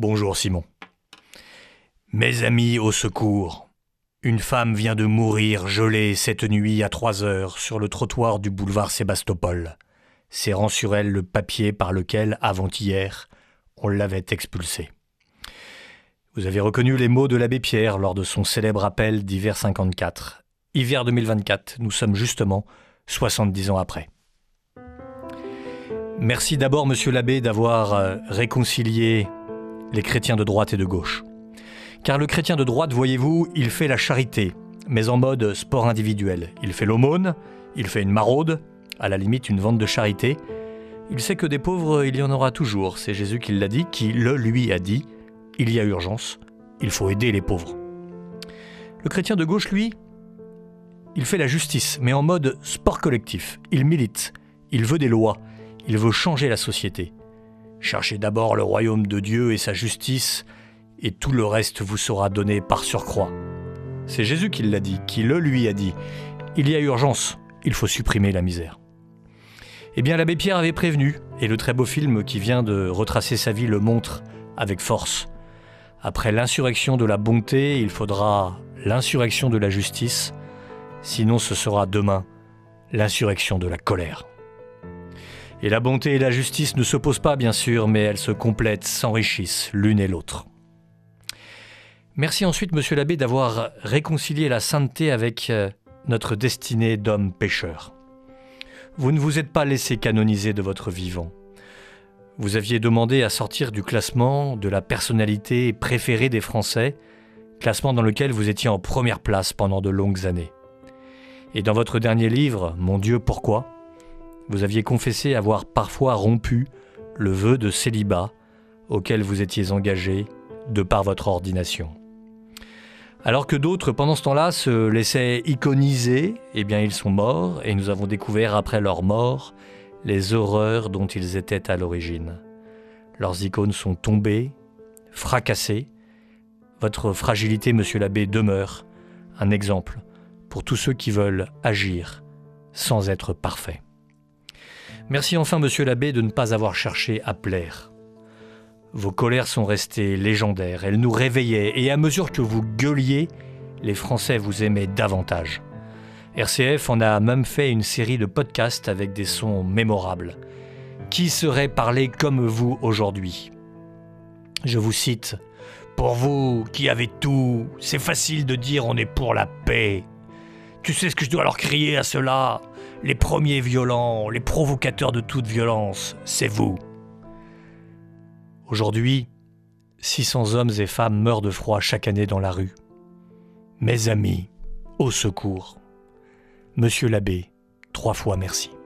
Bonjour Simon. Mes amis, au secours. Une femme vient de mourir gelée cette nuit à 3 heures sur le trottoir du boulevard Sébastopol, serrant sur elle le papier par lequel, avant-hier, on l'avait expulsée. Vous avez reconnu les mots de l'abbé Pierre lors de son célèbre appel d'hiver 54. Hiver 2024, nous sommes justement 70 ans après. Merci d'abord, monsieur l'abbé, d'avoir réconcilié les chrétiens de droite et de gauche. Car le chrétien de droite, voyez-vous, il fait la charité, mais en mode sport individuel. Il fait l'aumône, il fait une maraude, à la limite une vente de charité. Il sait que des pauvres, il y en aura toujours. C'est Jésus qui l'a dit, qui le lui a dit. Il y a urgence, il faut aider les pauvres. Le chrétien de gauche, lui, il fait la justice, mais en mode sport collectif. Il milite, il veut des lois, il veut changer la société. Cherchez d'abord le royaume de Dieu et sa justice, et tout le reste vous sera donné par surcroît. C'est Jésus qui l'a dit, qui le lui a dit. Il y a urgence, il faut supprimer la misère. Eh bien, l'abbé Pierre avait prévenu, et le très beau film qui vient de retracer sa vie le montre avec force. Après l'insurrection de la bonté, il faudra l'insurrection de la justice, sinon ce sera demain l'insurrection de la colère. Et la bonté et la justice ne s'opposent pas, bien sûr, mais elles se complètent, s'enrichissent l'une et l'autre. Merci ensuite, monsieur l'abbé, d'avoir réconcilié la sainteté avec notre destinée d'homme pécheur. Vous ne vous êtes pas laissé canoniser de votre vivant. Vous aviez demandé à sortir du classement de la personnalité préférée des Français, classement dans lequel vous étiez en première place pendant de longues années. Et dans votre dernier livre, Mon Dieu, pourquoi ? Vous aviez confessé avoir parfois rompu le vœu de célibat auquel vous étiez engagé de par votre ordination. Alors que d'autres, pendant ce temps-là, se laissaient iconiser, eh bien ils sont morts et nous avons découvert après leur mort les horreurs dont ils étaient à l'origine. Leurs icônes sont tombées, fracassées. Votre fragilité, monsieur l'abbé, demeure un exemple pour tous ceux qui veulent agir sans être parfaits. Merci enfin, monsieur l'abbé, de ne pas avoir cherché à plaire. Vos colères sont restées légendaires, elles nous réveillaient, et à mesure que vous gueuliez, les Français vous aimaient davantage. RCF en a même fait une série de podcasts avec des sons mémorables. Qui saurait parler comme vous aujourd'hui ? Je vous cite, « Pour vous qui avez tout, c'est facile de dire on est pour la paix. Tu sais ce que je dois leur crier à ceux-là ? Les premiers violents, les provocateurs de toute violence, c'est vous. » Aujourd'hui, 600 hommes et femmes meurent de froid chaque année dans la rue. Mes amis, au secours. Monsieur l'abbé, 3 fois merci.